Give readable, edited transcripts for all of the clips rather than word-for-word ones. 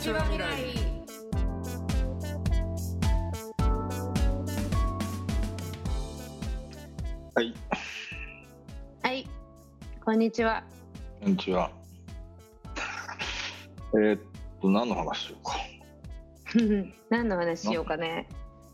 ちは未来。 はいはい、こんにちは。 こんにちは。何の話しようか。 何の話しようかね。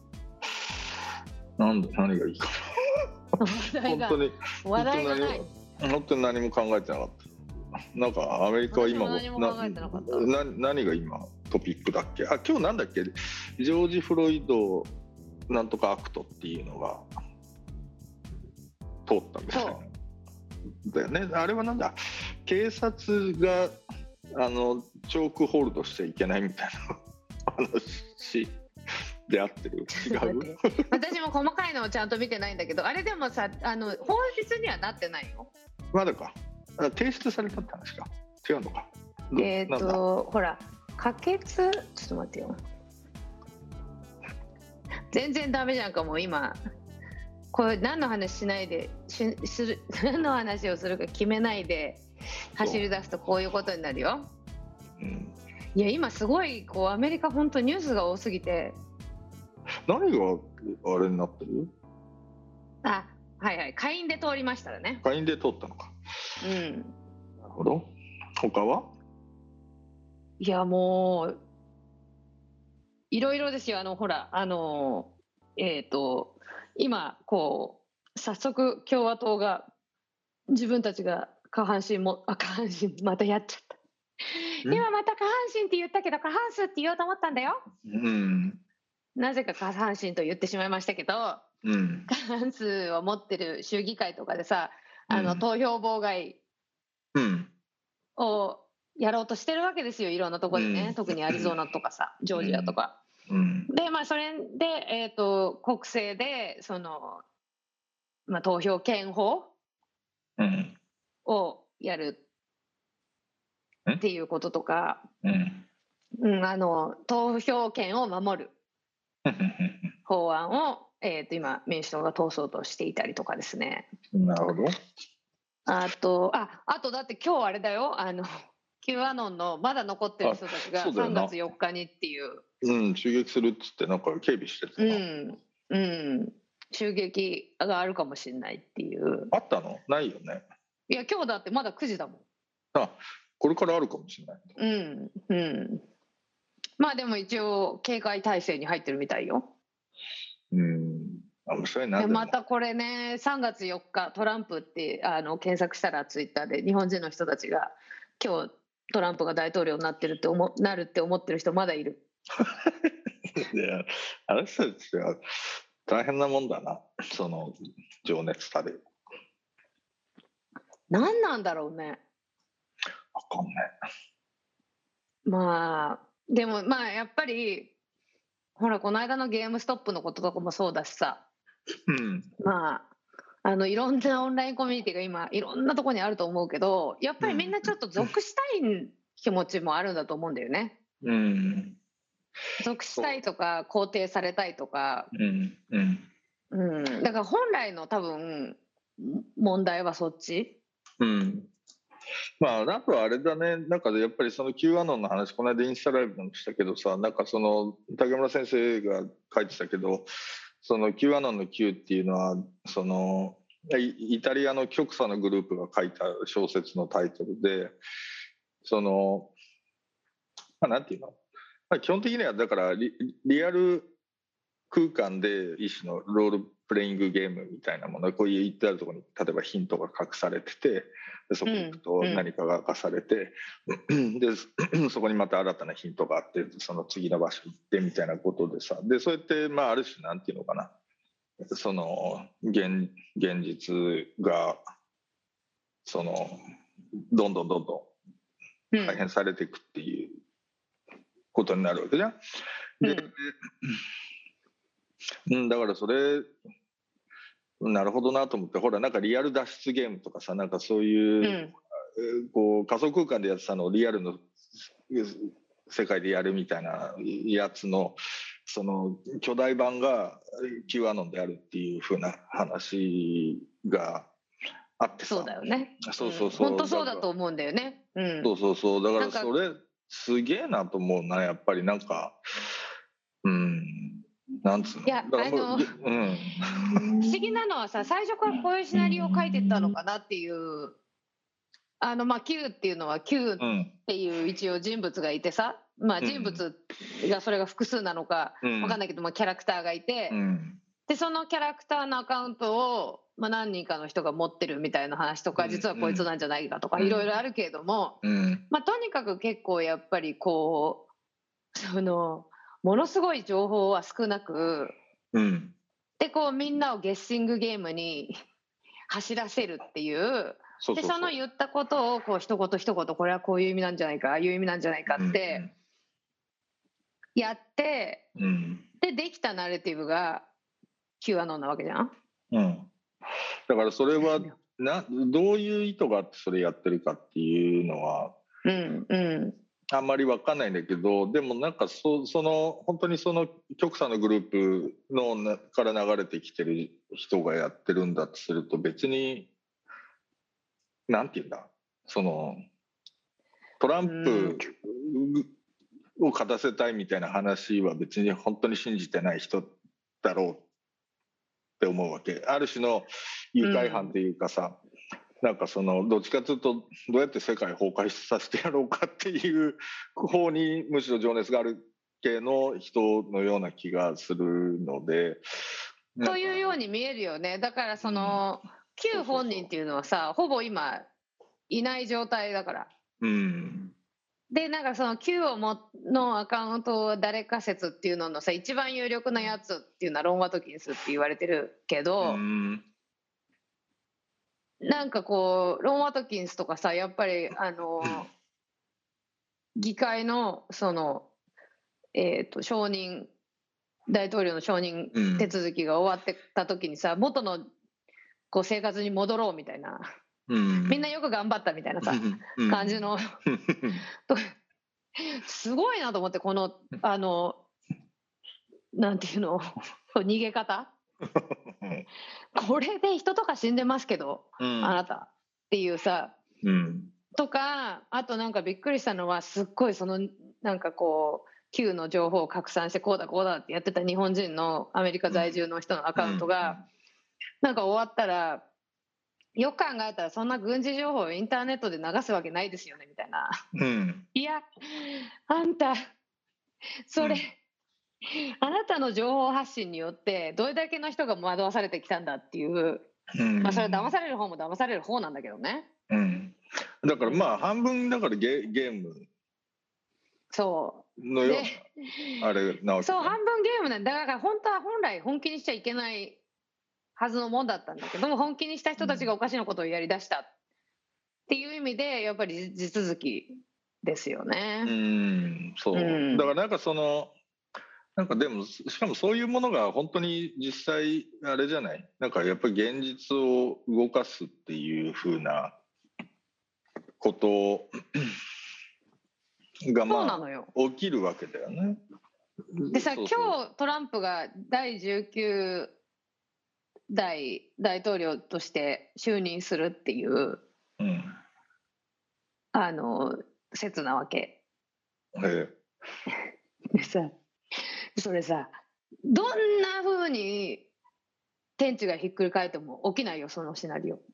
何がいいか話題が本当に話題がない。 本当に何も考えてなかった。なんかアメリカは今私も何も考えてなかった。 何が今トピックだっけ。今日なんだっけ。ジョージ・フロイドなんとかアクトっていうのが通ったみたいな。だよね。あれはなんだ、警察がチョークホールドしちゃいけないみたいな話で合ってる。違う。 私も細かいのをちゃんと見てないんだけど、あれでもさ、法律にはなってないよ。 まだか。提出されたって話か。違うのか。 ほら、可決、ちょっと待ってよ。全然ダメじゃんか、もう今。これ何の話しないで何の話をするか決めないで走り出すとこういうことになるよ。いや今すごいこうアメリカ本当ニュースが多すぎて。 何があれになってる？ はいはい、下院で通りましたらね。 下院で通ったのか。なるほど。他は？ いやもういろいろですよ。ほら今こう早速共和党が自分たちが下半身またやっちゃった。今また下半身って言ったけど過半数って言おうと思ったんだよ。なぜか下半身と言ってしまいましたけど、過半数を持ってる州議会とかでさ、投票妨害をやろうとしてるわけですよ、いろんなところでね。特にアリゾナとかさ、ジョージアとか。でそれで、国政でその、投票権法をやるっていうこととか、投票権を守る法案を、今民主党が通そうとしていたりとかですね。 なるほど。 あとだって今日あれだよ、Q アノンのまだ残ってる人たちが3月4日にっていう。 襲撃するっつってなんか警備してたな。 襲撃があるかもしれないっていう。 あったの？ないよね。 いや今日だってまだ9時だもん。 これからあるかもしれない。 まあでも一応警戒態勢に入ってるみたいよ。 面白いな。 またこれね、3月4日トランプって検索したらツイッターで日本人の人たちが今日トランプが大統領になってるってなるって思ってる人まだいる。 いや、あの人たちは大変なもんだな、その情熱たる。 何なんだろうね。 分かんない。 まあでもやっぱりほらこの間のゲームストップのこととかもそうだしさ、いろんなオンラインコミュニティが今いろんなところにあると思うけど、やっぱりみんなちょっと属したい気持ちもあるんだと思うんだよね。属したいとか肯定されたいとか、だから本来の多分問題はそっち。 なんかあれだね、なんかやっぱりその Q アノンの話この間インスタライブでもしたけどさ、なんかその竹村先生が書いてたけど、その Q アノンの Q っていうのはそのイタリアの極左のグループが書いた小説のタイトルで、そのなんていうの、基本的にはだからリアル空間で一種のロールプレイングゲームみたいなもの、こういう言ってあるところに例えばヒントが隠されてて、でそこ行くと何かが明かされて、でそこにまた新たなヒントがあって、その次の場所行ってみたいなことでさ、でそうやってある種なんていうのかな、その現実がそのどんどん改変されていくっていうことになるわけじゃん。で、だからそれなるほどなと思って、ほらなんかリアル脱出ゲームとかさ、なんかそういう、こう仮想空間でやってたのをリアルの世界でやるみたいなやつのその巨大版が Q アノンであるっていう風な話があってさ。 そうだよね。 そう本当そうだと思うんだよね。 そうだからそれすげえなと思うな、やっぱりなんか、なんつうの。 いや、 だからもう、 不思議なのはさ、最初からこういうシナリオを書いてったのかなっていう、まあ、Q っていうのは Q っていう一応人物がいてさ、まあ、人物がそれが複数なのか分かんないけど、まあ、キャラクターがいて、でそのキャラクターのアカウントを、まあ、何人かの人が持ってるみたいな話とか、実はこいつなんじゃないかとかいろいろあるけれども、まあ、とにかく結構やっぱりこうものすごい情報は少なく、でこうみんなをゲッシングゲームに走らせるっていう。でその言ったことをこう一言一言これはこういう意味なんじゃないかああいう意味なんじゃないかってやって、できたナレティブが Q アノンなわけじゃん。 だからそれはどういう意図があってそれやってるかっていうのはあんまり分かんないんだけど、でもなんか本当にその極左のグループから流れてきてる人がやってるんだとすると、別になんていうんだ、トランプを勝たせたいみたいな話は別に本当に信じてない人だろうって思うわけ。ある種の愉快犯っていうかさ、なんかどっちかというとどうやって世界崩壊させてやろうかっていう方にむしろ情熱がある系の人のような気がするので。 というように見えるよね。だからQ 本人っていうのはさ、ほぼ今いない状態だから。でなんかQ のアカウントを誰か説っていうののさ、一番有力なやつっていうのはロン・ワトキンスって言われてるけど、なんかこうロン・ワトキンスとかさ、やっぱり議会の承認、大統領の承認手続きが終わってた時にさ、元のこう生活に戻ろうみたいな、みんなよく頑張ったみたいなさ感じのすごいなと思って、このなんていうの逃げ方これで人とか死んでますけど、あなたっていうさ、とか、あとなんかびっくりしたのは、すっごいなんかこう Q の情報を拡散してこうだこうだってやってた日本人のアメリカ在住の人のアカウントが、なんか終わったら、よく考えたらそんな軍事情報をインターネットで流すわけないですよねみたいな。いやあんたそれ、あなたの情報発信によってどれだけの人が惑わされてきたんだっていう、まあそれは騙される方も騙される方なんだけどね。 だからまあ半分だからゲームのようなあれなわけ、 そう半分ゲームなんだから、本当は本来本気にしちゃいけないはずのもんだったんだけども、本気にした人たちがおかしなことをやりだしたっていう意味でやっぱり地続きですよね。 そう、だからなんかなんかでもしかもそういうものが本当に実際あれじゃない、なんかやっぱり現実を動かすっていう風なことがまあ起きるわけだよね。 でさ、今日トランプが第19代大統領として就任するっていう、説なわけ。でさ、それさ、どんな風に天地がひっくり返っても起きないよ、そのシナリオ。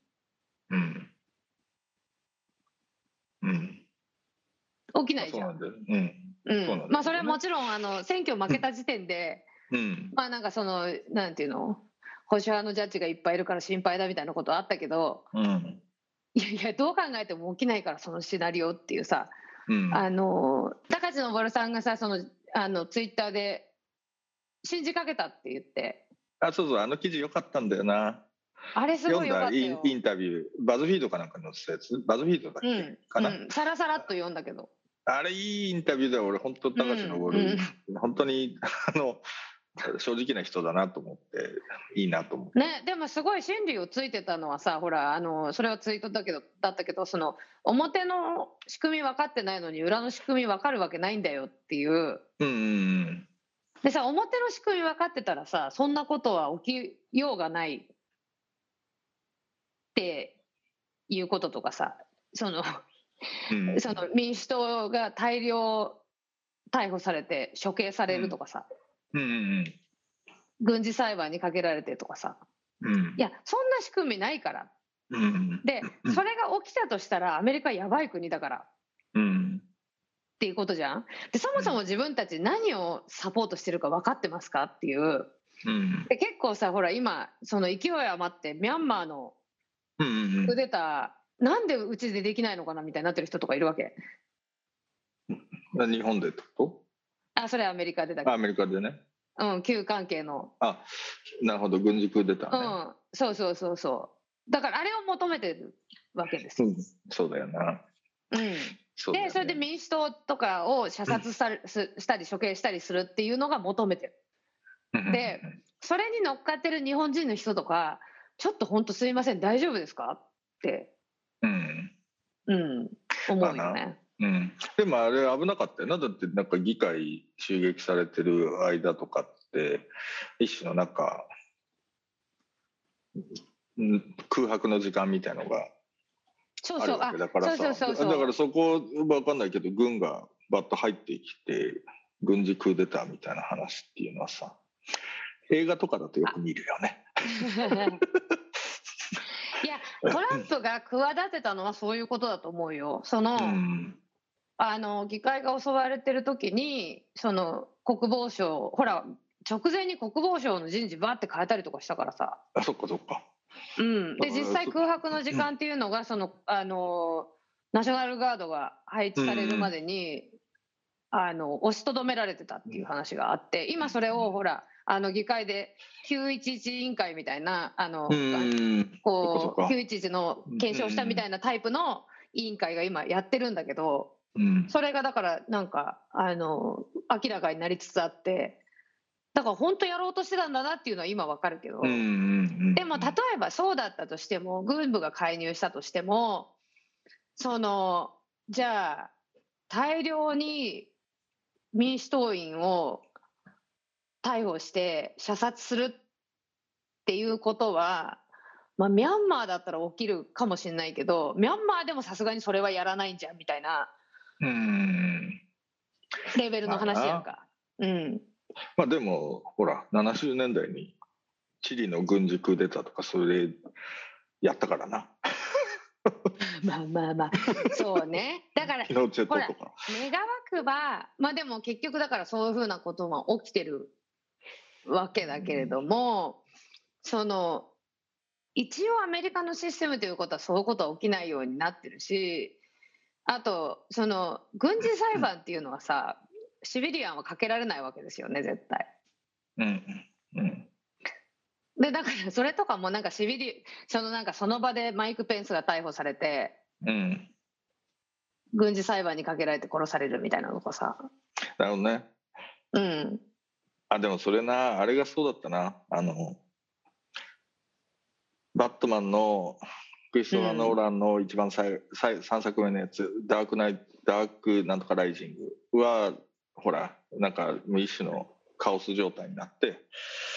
起きないじゃん。まあそれはもちろん選挙負けた時点で、まあなんかなんていうの、保守派のジャッジがいっぱいいるから心配だみたいなことあったけど、いやいやどう考えても起きないから、そのシナリオっていうさ、高知昇さんがさツイッターで信じかけたって言って。 そう記事良かったんだよな。 あれすごい良かったよ。 読んだインタビュー、バズフィードかなんか載せたやつ、バズフィードだっけ、かな。 さらさらっと読んだけど、 あれいいインタビューだよ。俺本当高橋昇、本当に正直な人だなと思っていいなと思ってね。でもすごい真理をついてたのはさ、ほらそれはツイートだったけど、表の仕組み分かってないのに裏の仕組み分かるわけないんだよっていう。でさ、表の仕組み分かってたらさ、そんなことは起きようがないっていうこととかさ、 その民主党が大量逮捕されて処刑されるとかさ、軍事裁判にかけられてとかさ、いやそんな仕組みないから、でそれが起きたとしたらアメリカやばい国だから、っていうことじゃん。でそもそも自分たち何をサポートしてるか分かってますかっていう、で結構さほら今その勢い余ってミャンマーのクーデター、なんでうちでできないのかなみたいになってる人とかいるわけ。 日本でってこと？ それはアメリカでだけど。 アメリカでね。 旧関係の。 なるほど、軍事クーデターね。 そうだからあれを求めてるわけですよ。 そうだよな。 でそれで民主党とかを射殺したり処刑したりするっていうのが求めてる。でそれに乗っかってる日本人の人とか、ちょっと本当すいません大丈夫ですかって思うよね。 でもあれ危なかったよな。だってなんか議会襲撃されてる間とかって一種のなんか空白の時間みたいのがあるわけだからさ、だからそこ分かんないけど軍がバッと入ってきて軍事クーデターみたいな話っていうのはさ、映画とかだとよく見るよね。 いやトランプが企てたのはそういうことだと思うよ。その、議会が襲われてる時にその国防省ほら直前に国防省の人事バーって変えたりとかしたからさ。 そっか。 で実際空白の時間っていうのがそのナショナルガードが配置されるまでに押しとどめられてたっていう話があって、今それをほら議会で911委員会みたいなこう911の検証したみたいなタイプの委員会が今やってるんだけど、それがだからなんか明らかになりつつあって、だから本当やろうとしてたんだなっていうのは今わかるけど、でも例えばそうだったとしても軍部が介入したとしてもそのじゃあ大量に民主党員を逮捕して射殺するっていうことは、ミャンマーだったら起きるかもしれないけどミャンマーでもさすがにそれはやらないんじゃんみたいなレベルの話やんか。 でもほら70年代にチリの軍事クーデターとかそれやったからな。 そうね。だからほら願わくばでも結局だからそういうふうなことも起きてるわけだけれども、その一応アメリカのシステムということはそういうことは起きないようになってるし、あとその軍事裁判っていうのはさシビリアンはかけられないわけですよね絶対。でだからそれとかもなんかその場でマイク・ペンスが逮捕されて、軍事裁判にかけられて殺されるみたいなのとかさ。 なるほどね。でもそれなあれがそうだったな。バットマンのクリストファー・ノーランの一番3作目のやつ、ダークなんとかライジングはほらなんか一種のカオス状態になって、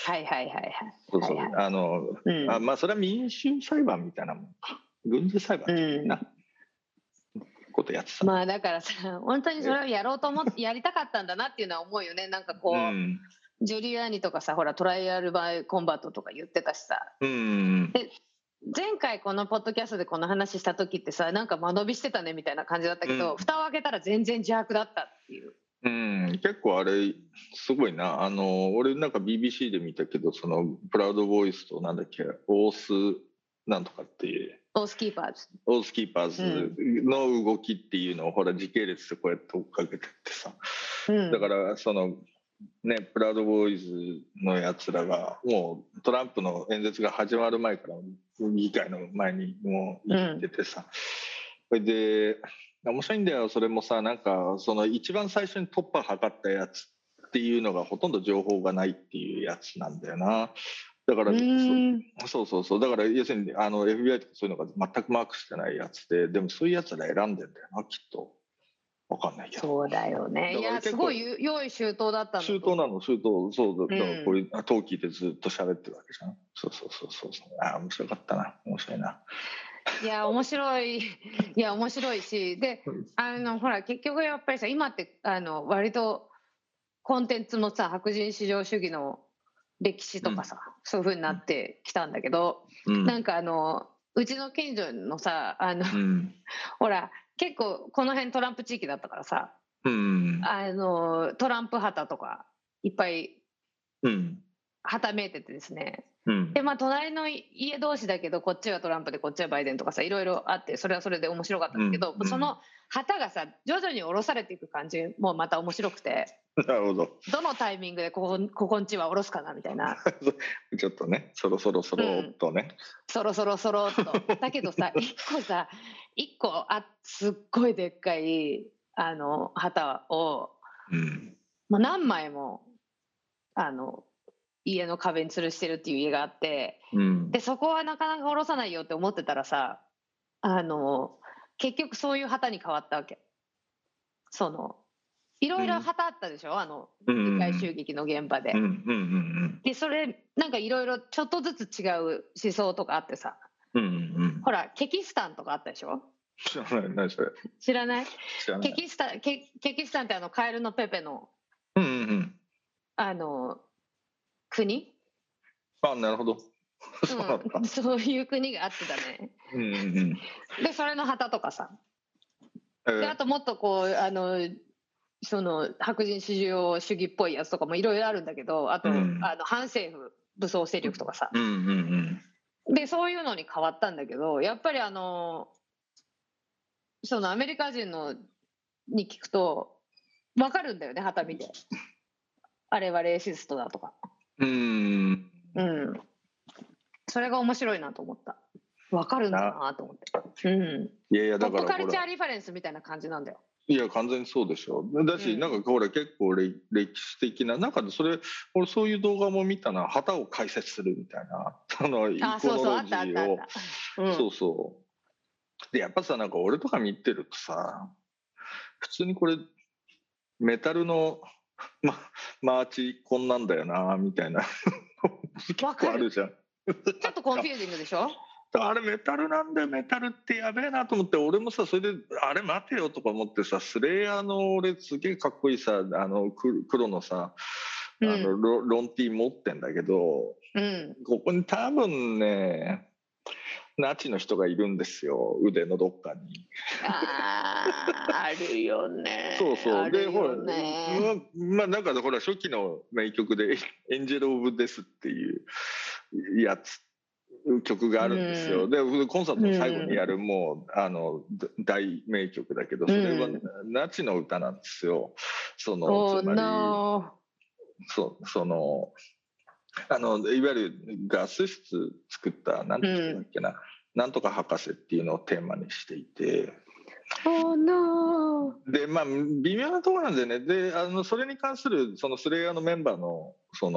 それは民主裁判みたいなもんか、軍事裁判っていうな、ことやってた。 だからさ本当にそれをやろうと思ってやりたかったんだなっていうのは思うよね。なんかこう、ジュリアーニとかさほらトライアルバイコンバットとか言ってたしさ、で前回このポッドキャストでこの話した時ってさなんか間延びしてたねみたいな感じだったけど、蓋を開けたら全然邪悪だったっていう。 結構あれすごいな。俺なんか BBC で見たけど、そのプラウドボーイズとなんだっけオースなんとかっていうオースキーパーズの動きっていうのをほら時系列でこうやって追っかけてってさ、だからそのねプラウドボーイズのやつらがもうトランプの演説が始まる前から議会の前にもう行っててさ、それで面白いんだよそれもさ。なんかその一番最初に突破を図ったやつっていうのがほとんど情報がないっていうやつなんだよな。だからそうだから要するにFBI とかそういうのが全くマークしてないやつでもそういうやつら選んでんだよなきっと。分かんないけど。 そうだよね。いやすごい用意周到だったの。 周到なの周到。そうだからこれトーキーでずっと喋ってるわけじゃん。そう面白かったな。面白いな。 いや面白いいや面白いし、でほら結局やっぱりさ、今って割とコンテンツもさ、白人至上主義の歴史とかさ、そういう風になってきたんだけど、なんかうちの近所のさほら結構この辺トランプ地域だったからさ、トランプ旗とかいっぱいはためいててですね、でまあ隣の家同士だけど、こっちはトランプでこっちはバイデンとかさ、いろいろあって、それはそれで面白かったんだけど、その旗がさ徐々に下ろされていく感じもまた面白くて、 なるほど。 どのタイミングでここんちは下ろすかなみたいなちょっとね、そろそろっとね、 そろっとだけどさ、一個すっごいでっかい旗を、もう何枚も家の壁に吊るしてるっていう家があって、でそこはなかなか下ろさないよって思ってたらさ、結局そういう旗に変わったわけ。いろいろ旗あったでしょ、議会襲撃の現場で。でそれなんかいろいろちょっとずつ違う思想とかあってさ、ほらケキスタンとかあったでしょ。 知らない、何それ。 知らない。ケキスタンってカエルのペペの国。 あ、なるほど。 そういう国があってだね。でそれの旗とかさ、であともっとこうその白人至上主義っぽいやつとかもいろいろあるんだけど、あと、反政府武装勢力とかさ、でそういうのに変わったんだけど、やっぱりそのアメリカ人に聞くと分かるんだよね、旗見て。あれはレーシストだとか。それが面白いなと思った。分かるんだなと思って。 いやいや、だからポップカルチャーリファレンスみたいな感じなんだよ。 いや完全にそうでしょ。だし、なんかこれ結構歴史的な中で、俺そういう動画も見たな。旗を解説するみたいなイコノロジーを。そうそうでやっぱさ、なんか俺とか見てるとさ、普通にこれメタルのマーチこんなんだよなみたいな結構あるじゃん。 ちょっとコンフュージングでしょ。 あれメタルなんだよ、メタルってやべえなと思って、俺もさそれであれ待てよとか思ってさ、スレイヤーの俺すげえかっこいいさ黒のさロンティー持ってんだけど、ここに多分ねナチの人がいるんですよ、腕のどっかに。 あるよね。 そうでほらなんかほら初期の名曲で「エンジェル・オブ・デス」っていうやつ曲があるんですよ。でコンサートの最後にやるもう大名曲だけど、それはナチの歌なんですよ。つまりいわゆるガス室作ったなんて言うんだっけな、なんとか博士っていうのをテーマにしていて。でまあ微妙なところなんだよね。でそれに関するそのスレイヤーのメンバーの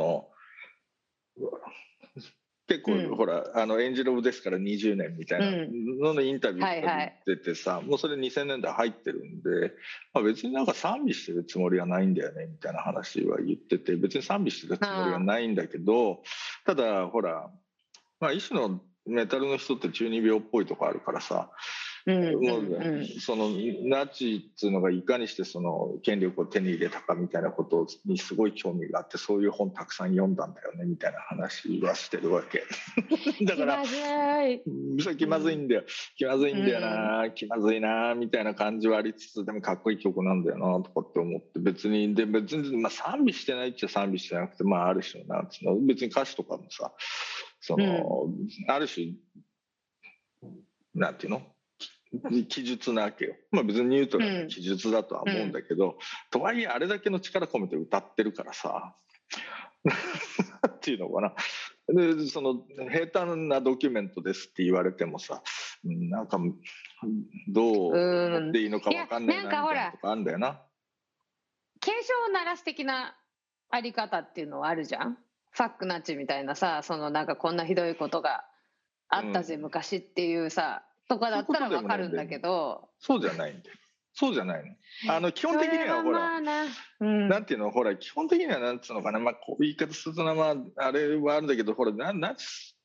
結構、ほらエンジェル・オブ・デスから20年みたいなののインタビューとか言っててさ、もうそれ2000年代入ってるんで、別になんか賛美してるつもりはないんだよねみたいな話は言ってて、別に賛美してるつもりはないんだけど、ただほら一種のメタルの人って中二病っぽいとこあるからさ、そのナチっていうのがいかにしてその権力を手に入れたかみたいなことにすごい興味があって、そういう本たくさん読んだんだよねみたいな話はしてるわけだから気まずいんだよな、気まずいなみたいな感じはありつつ、でもかっこいい曲なんだよなとかって思って、別に賛美してないっちゃ賛美してなくて、ある種なんつうの、別に歌詞とかもさある種なんていうの記述なわけよ。別にニュートラルな記述だとは思うんだけど、とはいえあれだけの力込めて歌ってるからさっていうのかな。で平坦なドキュメントですって言われてもさ、なんかどう思っていいのか分かんないなみたいなとかあるんだよな。 警鐘を鳴らす的なあり方っていうのはあるじゃん。ファックナッチみたいなさ、なんかこんなひどいことがあったぜ昔っていうさとかだったら分かるんだけど、 そうじゃないんだよ。そうじゃないの。基本的にはほら、なんていうの、ほら基本的にはなんつうのかな、こういう言い方するとあれはあるんだけど、ほらナチ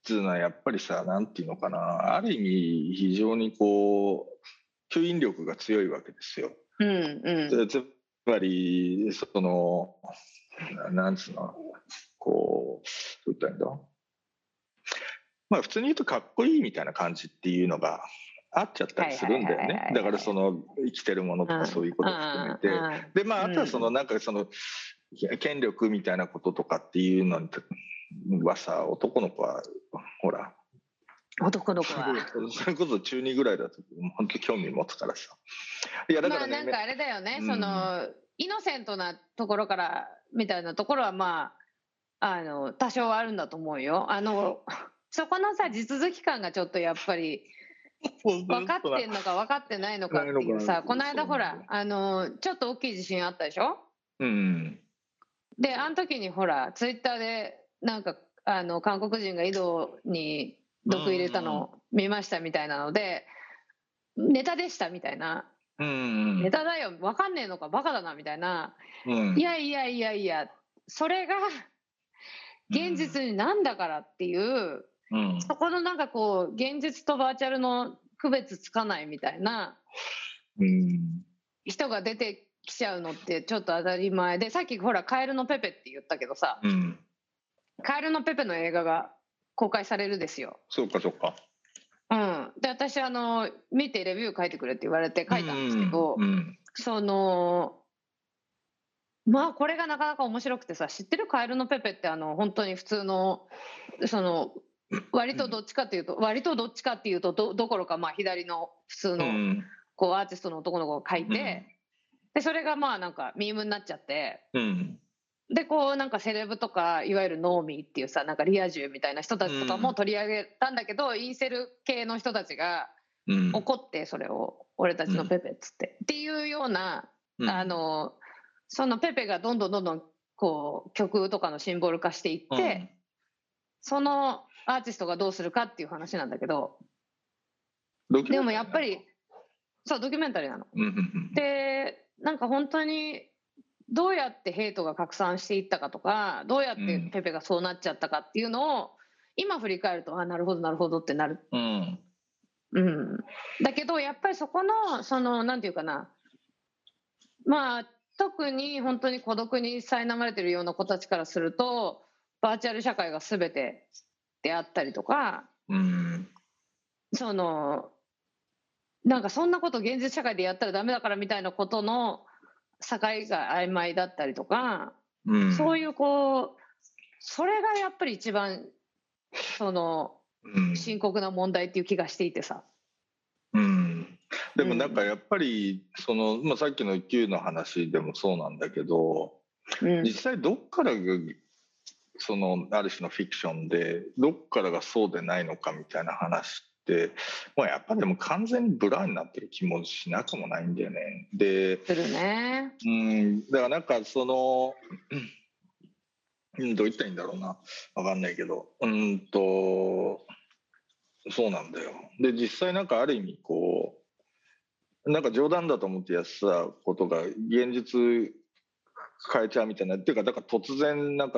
っていうのはやっぱりさ、なんていうのかな、ある意味非常にこう吸引力が強いわけですよ。つまりそのなんつうの、こうどういったらいいんだ、まあ普通に言うとかっこいいみたいな感じっていうのがあっちゃったりするんだよね。だからその生きてるものとかそういうことを含めて、でまああとはそのなんかその権力みたいなこととかっていうのはさ、男の子はほら、 男の子はそれこそ中2ぐらいだと本当興味持つからさ。いやだからね、 まあなんかあれだよね、そのイノセントなところからみたいなところはまあ多少はあるんだと思うよ。そこのさ地続き感がちょっとやっぱり分かってんのか分かってないのかっていうさ、この間ほらちょっと大きい地震あったでしょ。であの時にほらツイッターでなんか韓国人が井戸に毒入れたの見ましたみたいなので、ネタでしたみたいな、ネタだよ分かんねえのかバカだなみたいな、いやいやいやいやそれが現実になんだからっていう、そこのなんかこう現実とバーチャルの区別つかないみたいな人が出てきちゃうのってちょっと当たり前で、さっきほらカエルのペペって言ったけどさ、カエルのペペの映画が公開されるですよ。 そうかそうか。 で私見てレビュー書いてくれって言われて書いたんですけど、そのまあこれがなかなか面白くてさ、知ってるカエルのペペって本当に普通のその割とどっちかっていうとどころかまあ左の普通のこうアーティストの男の子が書いて、でそれがまあなんかミームになっちゃって、でこうなんかセレブとかいわゆるノーミーっていうさ、なんかリア充みたいな人たちとかも取り上げたんだけど、インセル系の人たちが怒ってそれを俺たちのペペっつってっていうような、そのペペがどんどんこう曲とかのシンボル化していって、そのアーティストがどうするかっていう話なんだけど、でもやっぱりそうドキュメンタリーなの。でなんか本当にどうやってヘイトが拡散していったかとか、どうやってペペがそうなっちゃったかっていうのを今振り返ると、あなるほどなるほどってなる。だけどやっぱりそこのそのなんていうかな、まあ特に本当に孤独に苛まれてるような子たちからすると、バーチャル社会が全てであったりとか、そのなんかそんなこと現実社会でやったらダメだからみたいなことの境が曖昧だったりとか、そういうこうそれがやっぱり一番その深刻な問題っていう気がしていてさ。 でもなんかやっぱりその、まあ、さっきの Q の話でもそうなんだけど、実際どっからがそのある種のフィクションでどっからがそうでないのかみたいな話って、まあ、やっぱりでも完全にブラーになってる気もしなくもないんだよね。 するね。 だからなんかそのどう言ったらいいんだろうな、分かんないけどそうなんだよ。で実際なんかある意味こうなんか冗談だと思ってやってたことが現実変えちゃうみたいなっていうか、だから突然なんか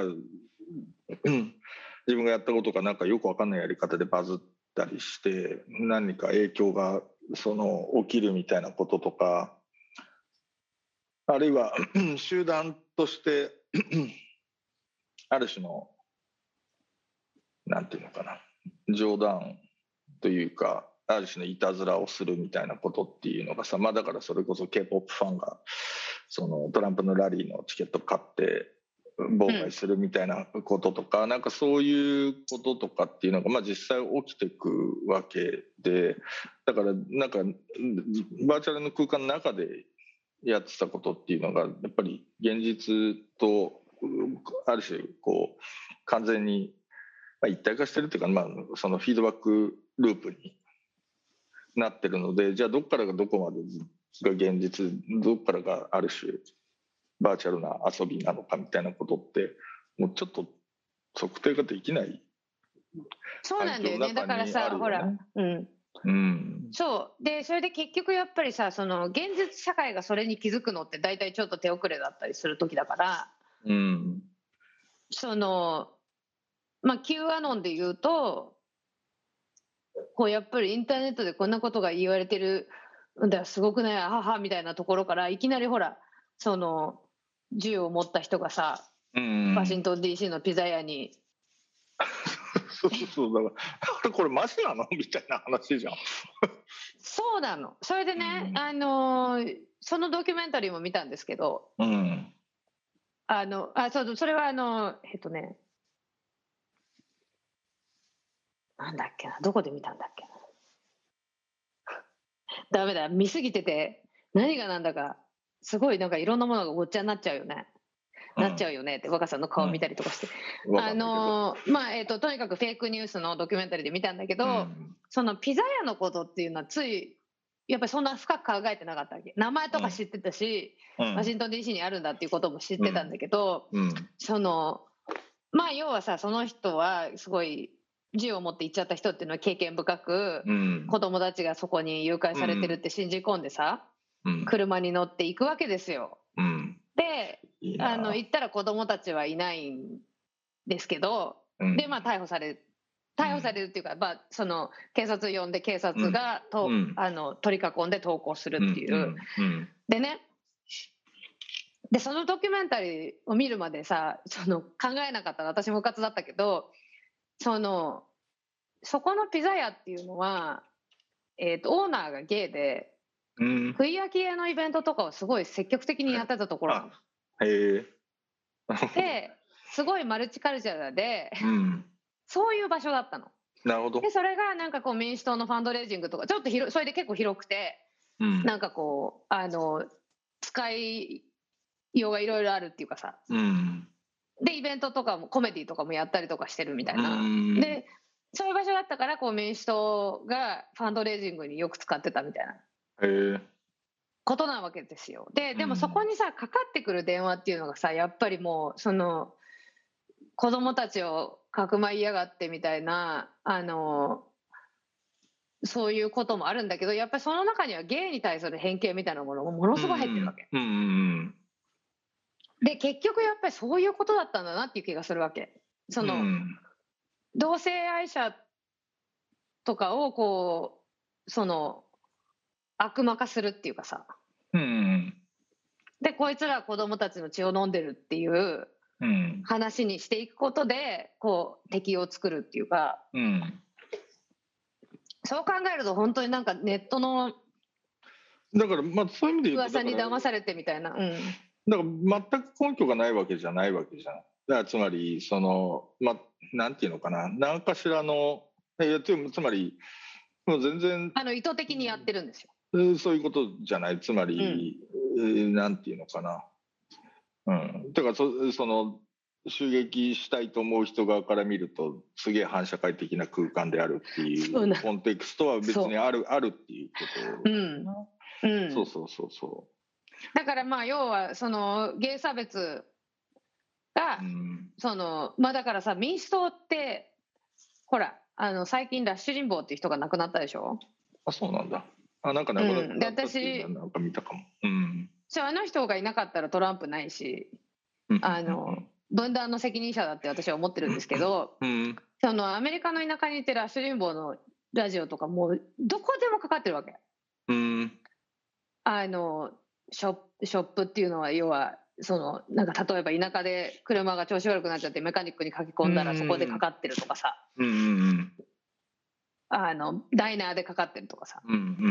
自分がやったことがなんかよく分かんないやり方でバズったりして何か影響がその起きるみたいなこととか、あるいは集団としてある種のなんていうのかな、冗談というかある種のいたずらをするみたいなことっていうのがさ、まあだからそれこそ K-POP ファンがそのトランプのラリーのチケット買って妨害するみたいなこととか、なんかそういうこととかっていうのがまあ実際起きてくわけで、だからなんかバーチャルの空間の中でやってたことっていうのがやっぱり現実とある種こう完全に一体化してるっていうか、まあ、そのフィードバックループになってるので、じゃあどっからがどこまでが現実、どっからがある種バーチャルな遊びなのかみたいなことってもうちょっと測定ができない。 そうなんだよね。だからさ、ほら、そうでそれで結局やっぱりさ、その現実社会がそれに気づくのって大体ちょっと手遅れだったりする時だから、そのまあ Q アノンで言うとこうやっぱりインターネットでこんなことが言われてるんだすごくないははみたいなところからいきなりほらその銃を持った人がさワシントン DC のピザ屋にそうそうだからこれマジなのみたいな話じゃん。 そうなの。それでね、そのドキュメンタリーも見たんですけど、それはなんだっけな、どこで見たんだっけな。ダメだ、見すぎてて何がなんだかすごいなんかいろんなものがごっちゃになっちゃうよね。なっちゃうよねって若さんの顔見たりとかして、とにかくフェイクニュースのドキュメンタリーで見たんだけど、そのピザ屋のことっていうのはついやっぱりそんな深く考えてなかったわけ。名前とか知ってたし、ワシントン DC にあるんだっていうことも知ってたんだけど、その要はさその人はすごい銃を持って行っちゃった人っていうのは経験深く、子供たちがそこに誘拐されてるって信じ込んでさ、車に乗って行くわけですよ。で行ったら子供たちはいないんですけど、で逮捕されるっていうか、その警察呼んで警察が取り囲んで投降するっていう。でねでそのドキュメンタリーを見るまでさ考えなかったら私もうかつだったけどそこのピザ屋っていうのは、オーナーがゲイで、クイア系のイベントとかをすごい積極的にやってたところなの。ですごいマルチカルチャーで、そういう場所だったの。 なるほど。 でそれがなんかこう民主党のファンドレイジングとかちょっとそれで結構広くて、なんかこう使いようがいろいろあるっていうかさ、でイベントとかもコメディとかもやったりとかしてるみたいな、でそういう場所だったからこう民主党がファンドレイジングによく使ってたみたいなことなわけですよ。でもそこにさかかってくる電話っていうのがさやっぱりもうその子供たちをかくまいやがってみたいなそういうこともあるんだけど、やっぱりその中にはゲイに対する偏見みたいなものもものすごい入ってるわけ。で結局やっぱりそういうことだったんだなっていう気がするわけ。その、同性愛者とかをこうその悪魔化するっていうかさ、でこいつらは子供たちの血を飲んでるっていう話にしていくことでこう敵を作るっていうか、そう考えると本当になんかネットのだからそういう意味で言うと噂に騙されてみたいな、 だから全く根拠がないわけじゃないわけじゃん。だからつまりそのなんていうのかな、何かしらのつまりもう全然意図的にやってるんですよ。 そういうことじゃない。つまり、なんていうのかな、だからその襲撃したいと思う人側から見るとすげえ反社会的な空間であるっていうコンテクストは別にあるっていうこと、そうだから要はそのゲイ差別が、だからさ民主党ってほら最近ラッシュリンボーっていう人が亡くなったでしょ。 そうなんだ。なんか亡くなったっていうのはなんか見たかも。 あの人がいなかったらトランプないし、分断の責任者だって私は思ってるんですけど、そのアメリカの田舎にいてラッシュリンボーのラジオとかもうどこでもかかってるわけ。ショップっていうのは要はそのなんか例えば田舎で車が調子悪くなっちゃってメカニックに書き込んだらそこでかかってるとかさ、ダイナーでかかってるとかさ、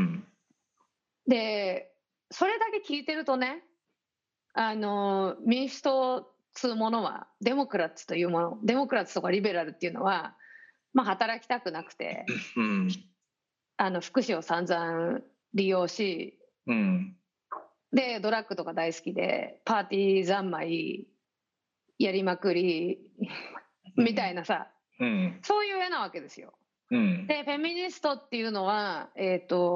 でそれだけ聞いてるとね民主党つうものはデモクラッツとかリベラルっていうのは働きたくなくて、福祉を散々利用し、でドラッグとか大好きでパーティー三昧やりまくりみたいなさ、そういう絵なわけですよ。でフェミニストっていうのはフ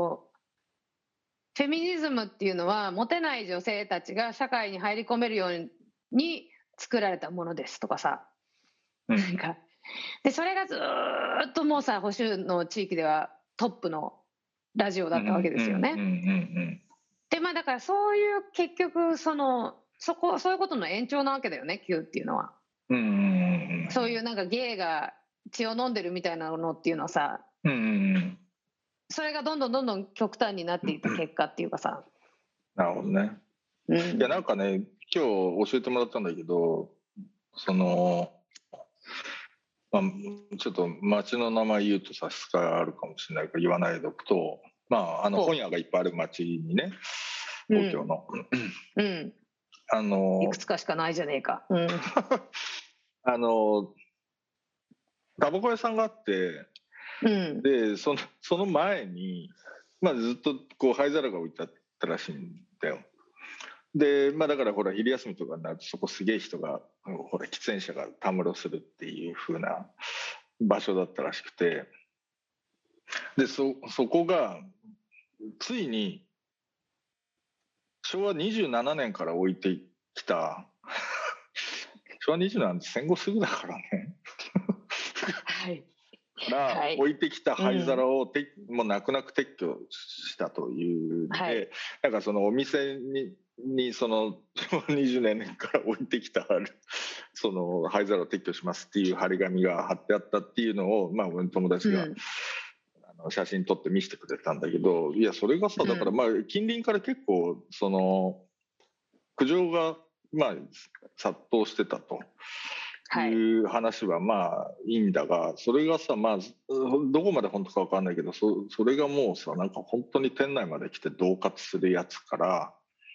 ェミニズムっていうのはモテない女性たちが社会に入り込めるように作られたものですとかさ、なんかでそれがずっともうさ保守の地域ではトップのラジオだったわけですよね。でだからそういう結局そういうことの延長なわけだよね Q っていうのは。そういうなんかゲイが血を飲んでるみたいなのっていうのはさうんうんうん。 それがどんどんどんどん極端になっていった結果っていうかさ。 なるほどね。 ういや、 ん。 なんかね、今日教えてもらったんだけど、その、まあ、ちょっと町の名前言うと差し支えあるかもしれないから言わないでおくと、まあ、本ほ屋がいっぱいある町にね、 う。うん。 東京の。 うん。 あいくの、 つかしかないじゃねえか。うん。 あの、タバコ屋さんがあって、 うん。 で、その前に、まあ、ずっとこう灰皿が置いてあったらしいんだよ。で、まあ、だからほら昼休みとかになるとそこすげえ人がほら喫煙者がたむろするっていう風な場所だったらしくて、でそこがついに昭和27年から置いてきた昭和27年って戦後すぐだからねはい。 からはい。 置いてきた灰うん。 皿をもう泣く泣く撤去したというのはい。 で、なんかそのお店にその昭和20年から置いてきたその灰皿を撤去しますっていう張り紙が貼ってあったっていうのを、まあ、俺の友達がうん。 写真撮って見せてくれたんだけど、いやそれがさ、だからうん。 まあ近隣から結構その苦情がまあ殺到してたといはい。 う話はまあいいんだが、それがさ、まあどこまで本当か分かんないけど、それがもうさ、なんか本当に店内まで来て恫喝するやつから、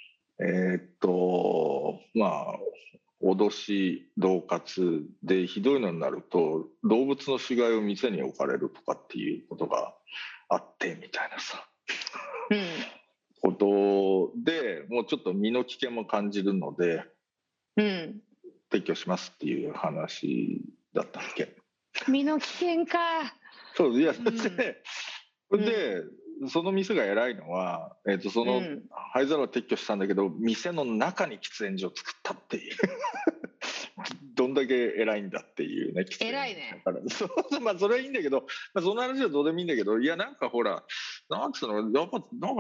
まあ脅し恫喝でひどいのになると動物の死骸を店に置かれるとかっていうことがあってみたいなさうん。 ことで、もうちょっと身の危険も感じるのでうん。 撤去しますっていう話だったっけ。 身の危険か。 そういや、 うん。うん。 でその店が偉いのは、そのうん。 灰皿を撤去したんだけど店の中に喫煙所を作ったっていうどんだけ偉いんだっていうね、喫煙偉いね。 だからそうまあそれはいいんだけど、まあ、その話はどうでもいいんだけど、いやなんかほらなんつうのやっぱなんか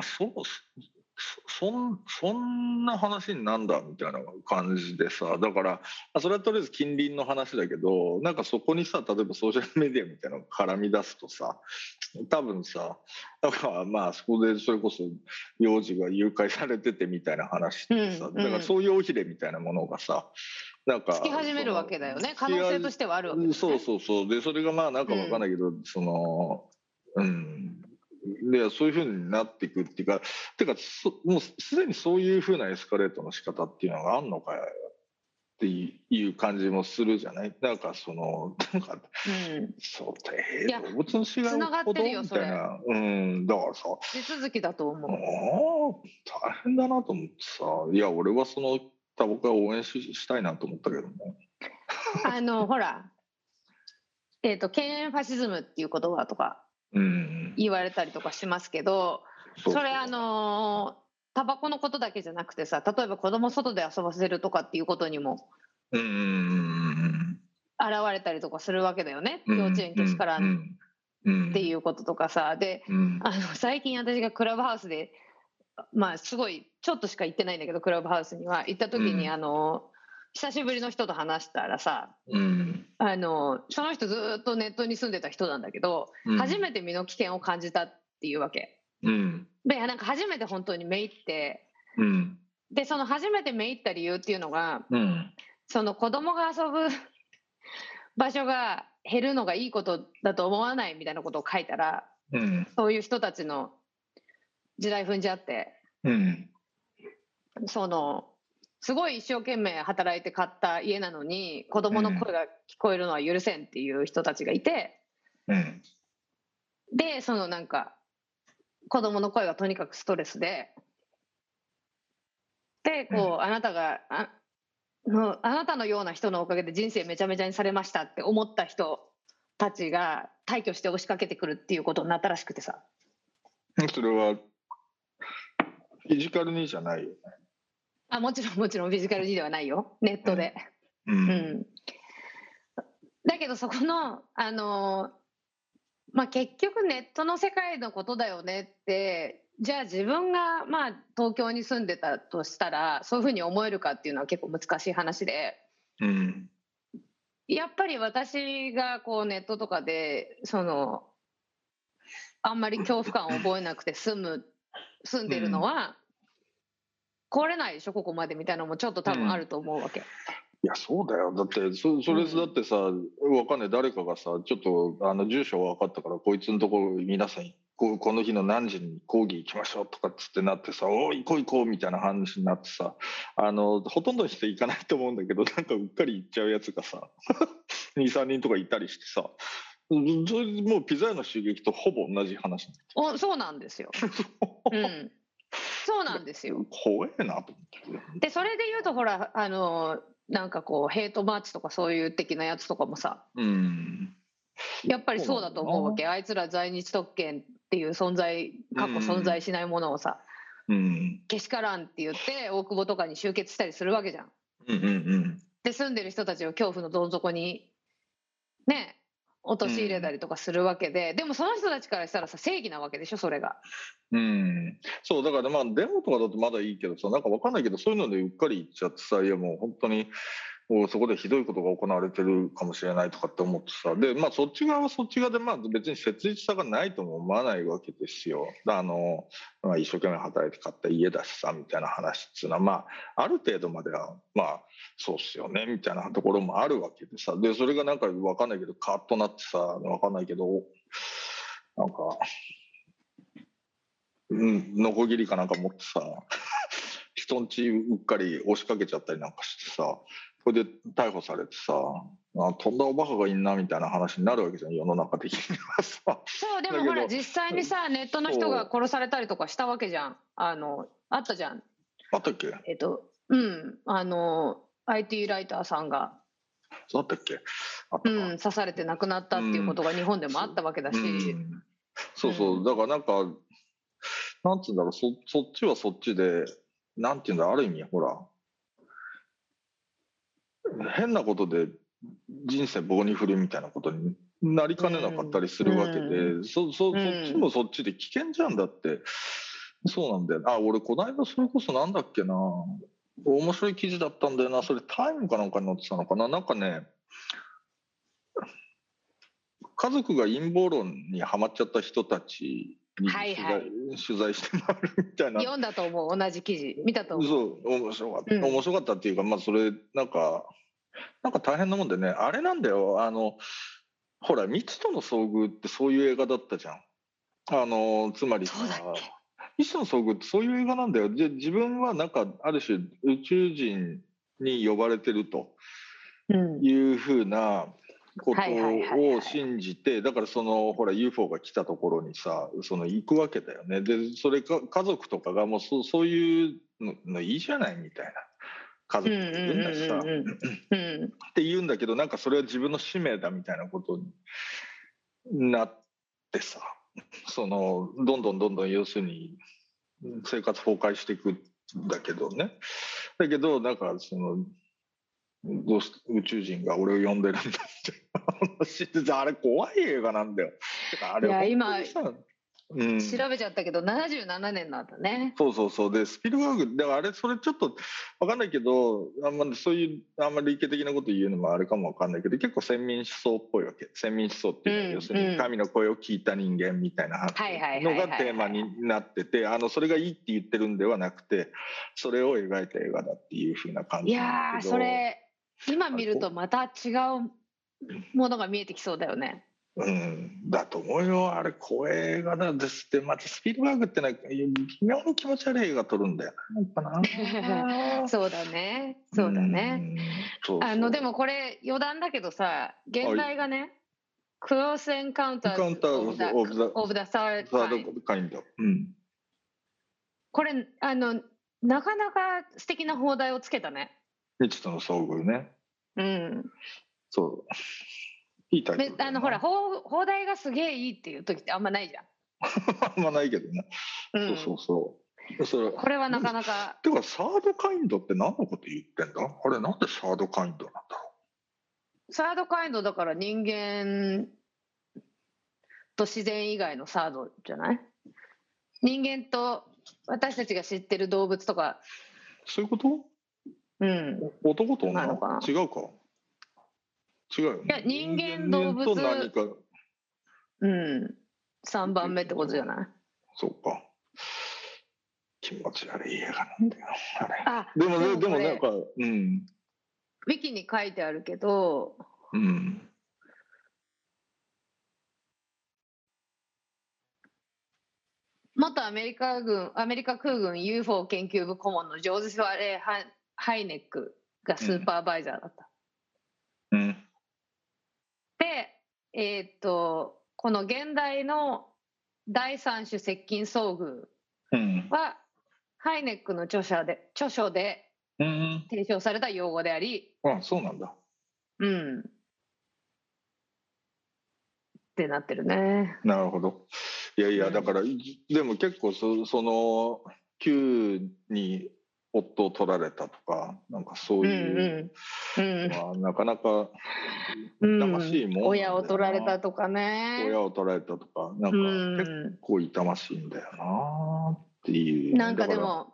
そんな話になんだみたいな感じでさ、だからそれはとりあえず近隣の話だけど、なんかそこにさ例えばソーシャルメディアみたいなのが絡み出すとさ、多分さ、なんかまあそこでそれこそ幼児が誘拐されててみたいな話ってさ、 うん。うだからん。 そういう尾ひれみたいなものがさ、なんつきか始めるわけだよね。可能性としてはあるわけだよそうね。 そうそうで、それがまあなんかわかんなうん。 いけど、そのうんでそういうふうになっていくっていうか、もうすでにそういうふうなエスカレートの仕方っていうのがあるのかっていう感じもするじゃない。なんかそのなんかうん。 そういや、 動物の死骸をつな置くほどがってるよ、それ。 みたいな、だからさ、 地続きだとあ思大変だなと思ってさ、いや俺はそのタバコは応援したいなと思ったけどね。 う。ほら、敬遠ファシズムっていう言葉とかうん、 言われたりとかしますけど、それそうそタバコのことだけじゃなくてさ、例えば子供外で遊ばせるとかっていうことにもう。 現れたりとかするわけだよね。幼稚うん、 園うん、 けしからんっうん、うん、 ていうこととかさ。で、 うん、 最近私がクラブハウスで、まあすごいちょっとしか行ってないんだけど、クラブハウスには行った時にうん、 久しぶりの人と話したらさ、 うん、 その人ずっとネットに住んでた人なんだけど、初めて身の危険を感じたっていうわけ。 うん、 で、なんか初めて本当にめいって、 うん、 で、その初めてめいった理由っていうのが、 うん、 その子供が遊ぶ場所が減るのがいいことだと思わないみたいなことを書いたら、 うん、 そういう人たちの時代踏んじゃって、 うん、 その、すごい一生懸命働いて買った家なのに、子供の声が聞こえるのは許せんっていう人たちがいて、 うん、 で、そのなんか、子供の声がとにかくストレスで、で、こう、あなたのような人のおかげで人生めちゃめちゃにされましたって思った人たちが大挙して押しかけてくるっていうことになったらしくてさ。 それはフィジカルにじゃないよね。 もちろんもちろんフィジカル G ではないよ。ネットで。 うん、うん、 うん。だけどそこの、結局ネットの世界のことだよねって、じゃあ自分が東京に住んでたとしたら、そういうふうに思えるかっていうのは結構難しい話で、 うん、 やっぱり私がこうネットとかで、 あんまり恐怖感を覚えなくて住んでるのは、来れないでしょここまでみたいなのもちょっと多分あると思うわけ。 いやそうだよ。だってそれだってさ、わかんない、誰かがさ、ちょっと住所分かったからこいつのところ皆さんこの日の何時に講義行きましょうとかっつってなってさ、おい行こう行こうみたいな話になってさ、ほとんどの人行かないと思うんだけど、なんかうっかり行っちゃうやつがさ23人とかいたりしてさ、それもうピザ屋の襲撃とほぼ同じ話。 そうなんですよ。うん、そうなんですよ。 怖えなと思って。 でそれで言うとほらなんかこうヘイトマーチとかそういう的なやつとかもさ、やっぱりそうだと思うわけ。あいつら在日特権っていう過去存在しないものをさ、けしからんって言って大久保とかに集結したりするわけじゃん。で住んでる人たちを恐怖のどん底にね陥れたりとかするわけで、でもその人たちからしたらさ正義なわけでしょそれが。 そうだからまあデモとかだとまだいいけどさ、なんかわかんないけどそういうのでうっかり言っちゃってさ、いやもう本当にもうそこでひどいことが行われてるかもしれないとかって思ってさ、でまあそっち側はそっち側でまあ別に切実さがないとも思わないわけですよ。まあ、一生懸命働いて買った家だしさみたいな話っていうのはまあある程度まではまあそうっすよねみたいなところもあるわけでさ、でそれがなんかわかんないけどカーッとなってさ、わかんないけどなんかノコギリかなんか持ってさ人ん家うっかり押しかけちゃったりなんかしてさ、それで逮捕されてさ、とんだおバカがいんなみたいな話になるわけじゃん、世の中的にはさ。 そうでもほら実際にさネットの人が殺されたりとかしたわけじゃん。あったじゃん。 あったっけ IT ライターさんがそうだったっけ刺されて亡くなったっていうことが日本でもあったわけだし、 そうだからなんかなんつうんだろう、そっちはそっちでなんていうんだ、ある意味ほら変なことで人生棒に振るみたいなことになりかねなかったりするわけで、そっちもそっちで危険じゃん。だってそうなんだよ。俺この間それこそなんだっけな、面白い記事だったんだよな、それタイムかなんかに載ってたのかな、なんかね、家族が陰謀論にはまっちゃった人たちに取材して回るみたいな。 読んだと思う、同じ記事見たと思う。 そう面白かったっていうか、まあそれなんか大変なもんでね、あれなんだよ、ほら未知との遭遇ってそういう映画だったじゃん。つまりさ、未知との遭遇ってそういう映画なんだよ。で自分はなんかある種宇宙人に呼ばれてるというふうなことを信じて、だからそのほら UFO が来たところにさ行くわけだよね。でそれか家族とかがもうそういうのいいじゃないみたいな。家族もいるんだしさって言うんだけど、なんかそれは自分の使命だみたいなことになってさ、どんどん要するに生活崩壊していくんだけどね。だけどなんかどうして宇宙人が俺を呼んでるんだって話で、あれ怖い映画なんだよ。あれ本当にさ、 調べちゃったけど77年なんだね。 そうでスピルバーグだからそれちょっと分かんないけどそういうあんまり理系的なこと言うのもあれかも分かんないけど、結構先民思想っぽいわけ。先民思想っていうのは要するに神の声を聞いた人間みたいなのがテーマになってて、それがいいって言ってるんではなくてそれを描いた映画だっていう風な感じなんだけど、 いやそれ今見るとまた違うものが見えてきそうだよね。 だと思うよ。あれ怖い映画だですって。またスピルバーグって微妙に気持ち悪い映画撮るんだよな。そうだね。でもこれ余談だけどさ、現代がね、クロスエンカウンターズ・オブ・ザ・サード・カインド。これなかなか素敵な放題をつけたね。 未知との遭遇ね。そう。いいタイトルだな。 ほら放題がすげえいいっていう時ってあんまないじゃん。 あんまないけどね。そうこれはなかなか。 てかサードカインドって何のこと言ってんだ？あれなんでサードカインドなんだろう。サードカインドだから人間と自然以外のサードじゃない？人間と私たちが知ってる動物とか。 そういうこと？男と女違うか。違うよね。 いや人間動物と何か。 3番目ってことじゃない？ そうか。気持ち悪い映画なんだよあれ。 あ、 でもこれなんかウィキに書いてあるけど、元アメリカ空軍 UFO 研究部顧問のジョーゼフ・ハイネックがスーパーバイザーだった。で、この現代の第三種接近遭遇は、ハイネックの著書で提唱された用語であり、 そうなんだ。 ってなってるね。 なるほど。いやだからでも結構そのQに夫を取られたとかなんかそういうなかなか痛ましいもんなんだよな。 親を取られたとかね。 親を取られたとかなんか結構痛ましいんだよなっていう。 なんかでも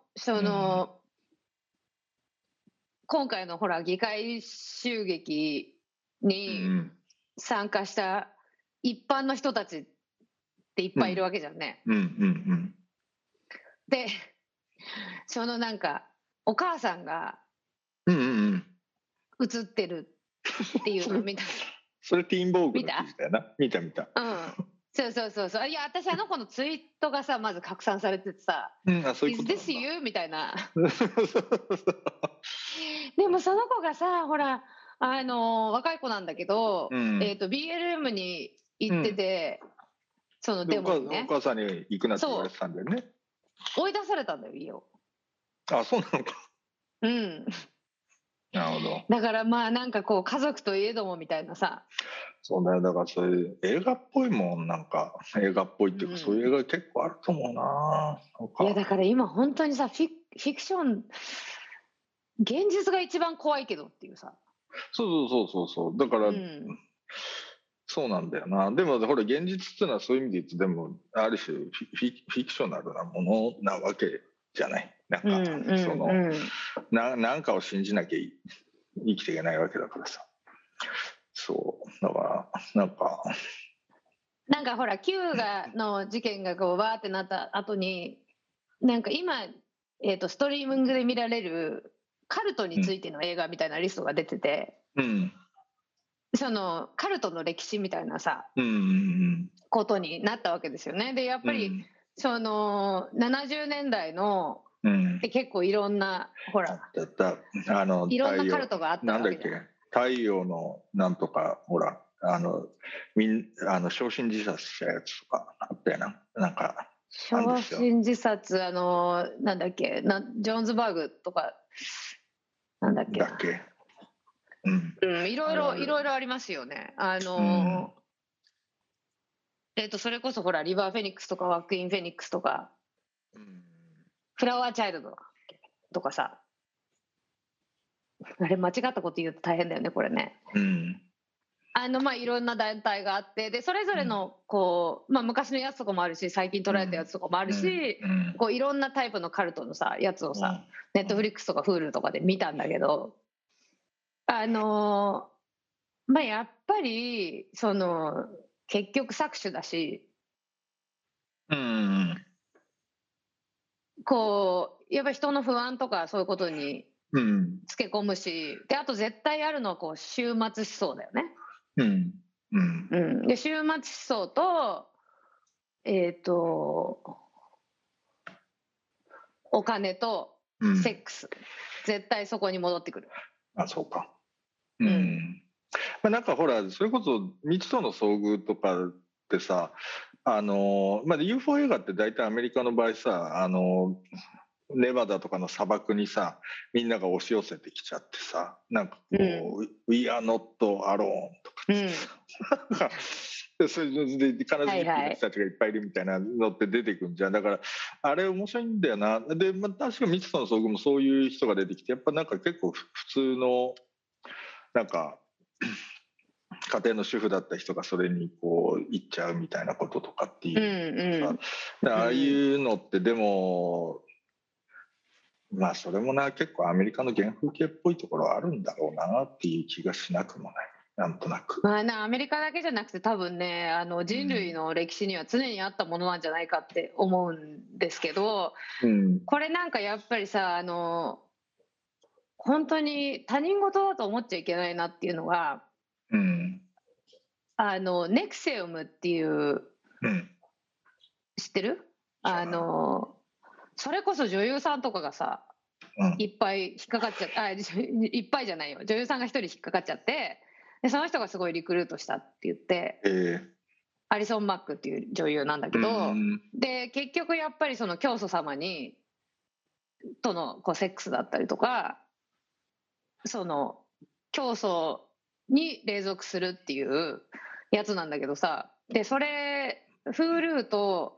今回のほら議会襲撃に参加した一般の人たちっていっぱいいるわけじゃんね。でなんかお母さんが映ってるっていうのを見た。 それティーンボーグの記事だよな。見た。 そう。いや私あの子のツイートがさまず拡散されててさ「Is this you?」みたいな。でもその子がさほら若い子なんだけど、BLM に行ってて、そのデモにね。 お母さんに行くなって言われてたんだよね。 追い出されたんだよ家を。 そうなのか。なるほど。 だからまあなんかこう家族といえどもみたいなさ。 そうだよ。だからそういう映画っぽいもん。なんか映画っぽいっていうか、そういう映画結構あると思うな。 いやだから今本当にさフィクション現実が一番怖いけどっていうさ。 そうだから、そうなんだよな。でもほら現実っていうのはそういう意味で言うとでもある種フィクショナルなものなわけじゃない。なんかなんかを信じなきゃ生きていけないわけだからさ。そうだからなんかほら Q の事件がこうわーってなった後になんか今、ストリーミングで見られるカルトについての映画みたいなリストが出てて、そのカルトの歴史みたいなさ、ことになったわけですよね。でやっぱり、その70年代の、結構いろんなほらいろんなカルトがあったわけじゃん。なんだっけ太陽のなんとかほら焼身自殺したやつとかあったよな。なんか焼身自殺なんだっけジョーンズバーグとかなんだっけいろいろありますよね。それこそほらリバー・フェニックスとかワックイン・フェニックスとか、フラワーチャイルドとかさ、あれ間違ったこと言うと大変だよねこれね。まあいろんな団体があってでそれぞれのこう、昔のやつとかもあるし最近捉えたやつとかもあるし、こういろんなタイプのカルトのさやつをさ、ネットフリックスとか Hulu とかで見たんだけどやっぱりその結局搾取だし、こうやっぱり人の不安とかそういうことにつけ込むし、であと絶対あるのはこう終末思想だよね。で終末思想とお金とセックス、絶対そこに戻ってくる。 そうか。なんかほらそれこそ未知との遭遇とかってさUFO 映画って大体アメリカの場合さネバダとかの砂漠にさみんなが押し寄せてきちゃってさなんかこう「We are not alone」とかそれで必ず生きてる人たちがいっぱいいるみたいなのって出てくるんじゃん。だからあれ面白いんだよな。で、確か未知との遭遇もそういう人が出てきてやっぱなんか結構普通のなんか家庭の主婦だった人がそれにこう行っちゃうみたいなこととかっていうああいうのってでもそれもな結構アメリカの原風景っぽいところはあるんだろうなっていう気がしなくもない。 なんとなく。 まあアメリカだけじゃなくて多分ね、人類の歴史には常にあったものなんじゃないかって思うんですけど、 うん。 これなんかやっぱりさ、本当に他人事だと思っちゃいけないなっていうのが、 うん。 ネクセウムっていう、 うん。 知ってる？ 知らない。 それこそ女優さんとかがさ、 うん。 いっぱい引っかかっちゃって、いっぱいじゃないよ。女優さんが一人引っかかっちゃって、で、その人がすごいリクルートしたって言って、 ええ。 アリソン・マックっていう女優なんだけうど、 ん。 で、結局やっぱりその教祖様とのセックスだったりとか、その教祖に隷属するっていうやつなんだけどさ、で、それ、Hulu と、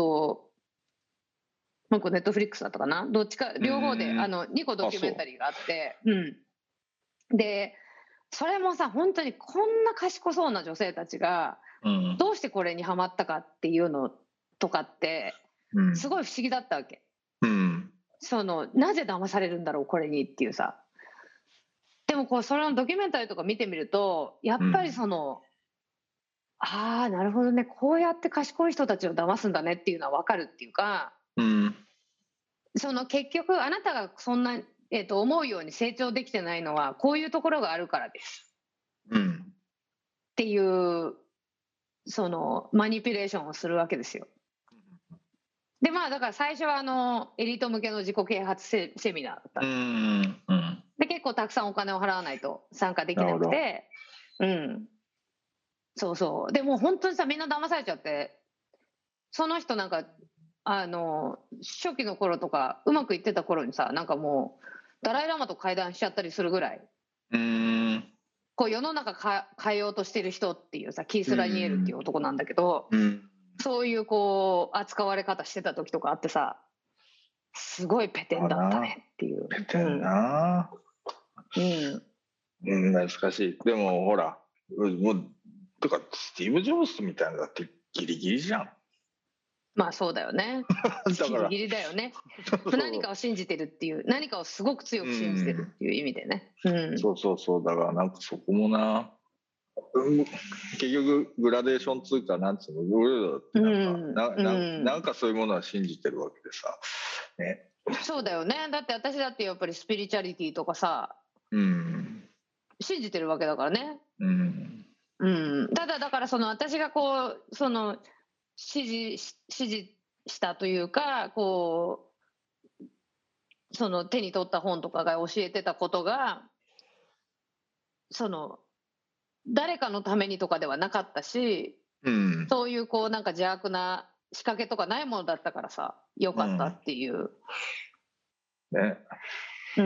もう一個ネットフリックスだったかな、どっちか、 う両方で、 ん。 2個ドあ、 キュメンタそリーがあって、うん。で、それもさ、本当にこんな賢そうな女性たちが、 う。うん。 どうしてこれにハマったかっていうのとかって、 うん。 すごい不思議だったわけ。 うん。 なぜ騙されるんだろう、これにっていうさ。でもそれのドキュメンタリーとか見てみると、やっぱりうん。 ああ、なるほどね、こうやって賢い人たちを騙すんだねっていうのは分かるっていうか、 うん。 結局あなたがそんな、思うように成長できてないのは、こういうところがあるからですうん。 っていう、マニピュレーションをするわけですよ。で、まあ、だから最初はエリート向けの自己啓発セミナーだったうの。 ん。うん。 で、結構たくさんお金を払わないと参加できななるほど。 くて、うん、そうそう。でもう本当にさ、みんな騙されちゃって、その人なんか、初期の頃とか、うまくいってた頃にさ、なんかもう、ダライラマと会談しちゃったりするぐらい、 うん。 世の中変えようとしてる人っていうさ、キーうス・ラニエルっていん。 う男なんだけど、 うん。 そういう扱われ方してた時とかあってさ、すごいペテンだったあな。 ねっていう。 ペテンな。 うん。 うん、懐かしい。でもほら、もう、とか、スティーブ・ジョブズみたいなのだってギリギリじゃん。 まあそうだよね。 だから、 ギリギリだよね。何かそを信じてるっていう、何かをすごく強う、うく信じてるん、 っていう意味でね。うん。 そうそうそう、だからなんかそこもな、結局グラデーションつうか、なんつうの、俺らだってうなんか、 ん。うん。 なんかそういうものは信じてるわけでさ、ね。 そうだよね。だって私だってやっぱりスピリチュアリティとかさ、 うん、 信じてるわけだからね。 うん、 うん。ただだから私が指示したというか、手に取った本とかが教えてたことが、その、誰かのためにとかではなかったし、 うん、 そういうなんか邪悪な仕掛けとかないものだったからさ、よかったうん、 っていう。 ね。 うん。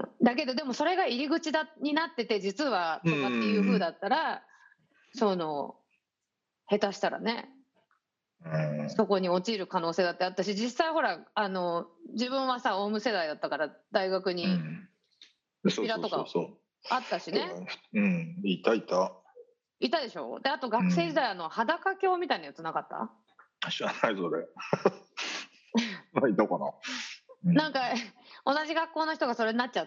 だけどでもそれが入り口になってて、実はうとかっていう風だん、 ったら、下手したらね、 うん、 そこに陥る可能性だってあったし、実際ほら、自分はさ、オウム世代だったから、大学にうん。そうそうビラとかそうそあったしう。 ね。 うん、いたいた。 いたでしょ。で、あと学生時うん。 代裸教みたいなやつなかった？ 知らないそれ。いたかな。うん。 なんか同じ学校の人がそれになっちゃって、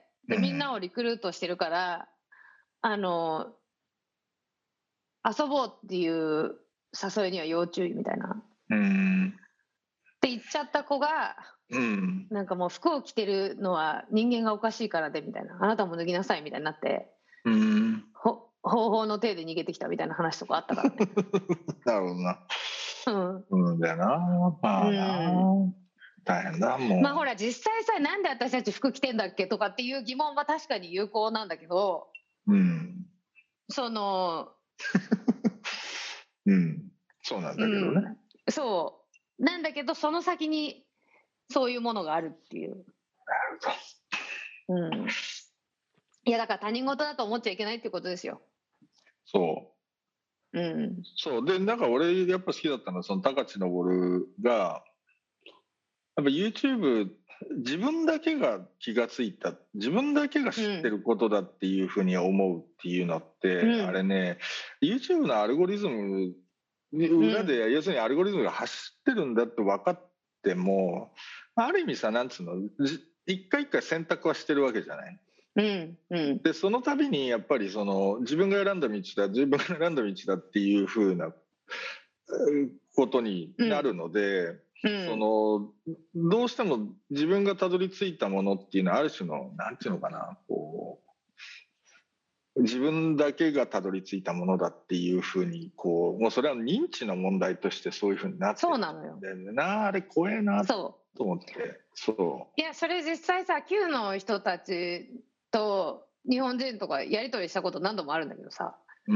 で、みんなをリクルートしてるから、あの、遊ぼうっていう誘いには要注意みたいな。っうん。 て言っちゃった子が、 うん。 なんかもう服を着てるのは人間がおかしいからでみたいな、あなたも脱ぎなさいみたいになって、 うん。 方法の体で逃げてきたみたいな話とかあったからね。 なるほどな。 うん。 うんだよな。まうあな。 ん。 大変だ、もまあほら実際さ、なんで私たち服着てんだっけとかっていう疑問は確かに有効なんだけど、 う。うん。 その、 うん。そうなんうだけどね。 ん、そうなんだけど、その先にそういうものがあるっていう。うん。いやだから他人事だと思っちゃいけないってことですよ。 そう。 うん。 そう。で、なんか俺やっぱ好きだったのは、その高知昇が、やっぱ YouTube、自分だけが気がついた、自分だけが知ってることだっていうふうに思うっていうのって、 うん。 あれね、YouTube のアルゴリズム裏で、要するにアルゴリズムが走ってるんだって分かっても、ある意味さ、なんつうの、一回一回選択はしてるわけじゃない。 うんうん、 でその度にやっぱりその自分が選んだ道っていう風なことになるので、そのどうしても自分がたどり着いたものっていうのはある種のなんていうのかな、こう自分だけがたどり着いたものだっていうふうにこうもうそれは認知の問題としてそういうふうになってるんだよな。あれ怖えなと思って。そういやそれ実際さ Q の人たちと日本人とかやり取りしたこと何度もあるんだけどさ、 うん、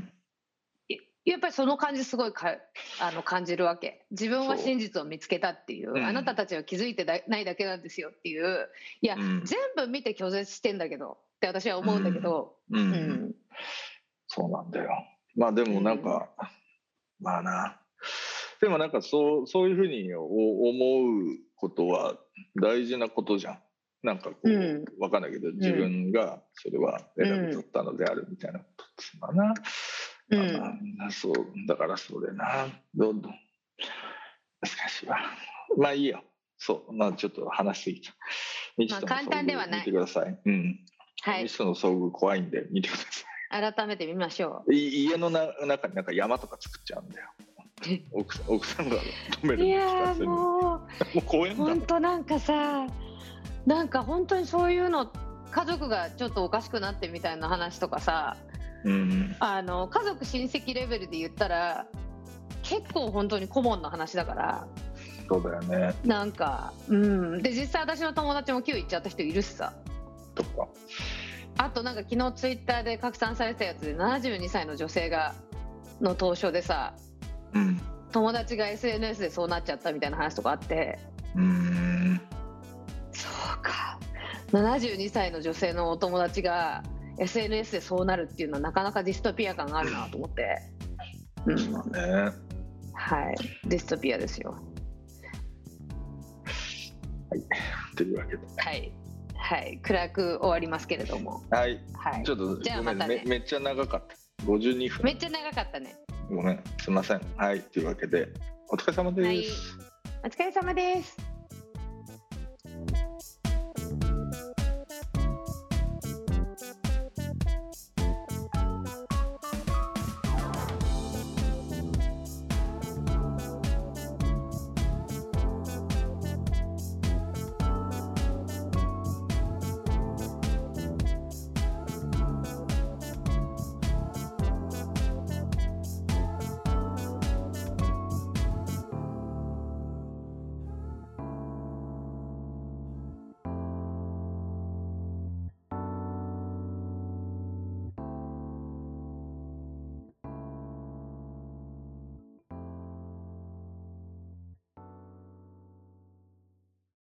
やっぱりその感じすごい感じるわけ。自分は真実を見つけたっていう、あなたたちは気づいてないだけなんですよっていう、いや、全部見て拒絶してんだけどって私は思うんだけど、 そうなんだよ。まあでもなんか、まあなでもなんかそういうふうに思うことは大事なことじゃん。なんかこう、分かんないけど自分がそれは選び取ったのであるみたいなことですかな。そうだからそれなどんどん難しいわ。まあいいよ。そうまあちょっと話しすぎちゃう。 まあ簡単ではない。 見てください。はい。未知との遭遇怖いんで見てください。改めて見ましょう。家の中になんか山とか作っちゃうんだよ。奥さんが止めるの聞かせる。もう公園だ。 本当なんかさ、なんか本当にそういうの家族がちょっとおかしくなってみたいな話とかさ。家族親戚レベルで言ったら結構本当に顧問の話だから。 そうだよね。 なんかで実際私の友達も9行っちゃった人いるしさ。 とかあとなんか昨日ツイッターで拡散されたやつで72歳の女性の投書でさ、友達が SNS でそうなっちゃったみたいな話とかあって、そうか72歳の女性のお友達がSNS でそうなるっていうのはなかなかディストピア感があるなと思って、はい、ディストピアですよ。 はいというわけではい、暗く終わりますけれども、 はい、ちょっとじゃあまたね。 めっちゃ長かった52分。 めっちゃ長かったね。 ごめんすいません。はいというわけでお疲れ様です。 お疲れ様です。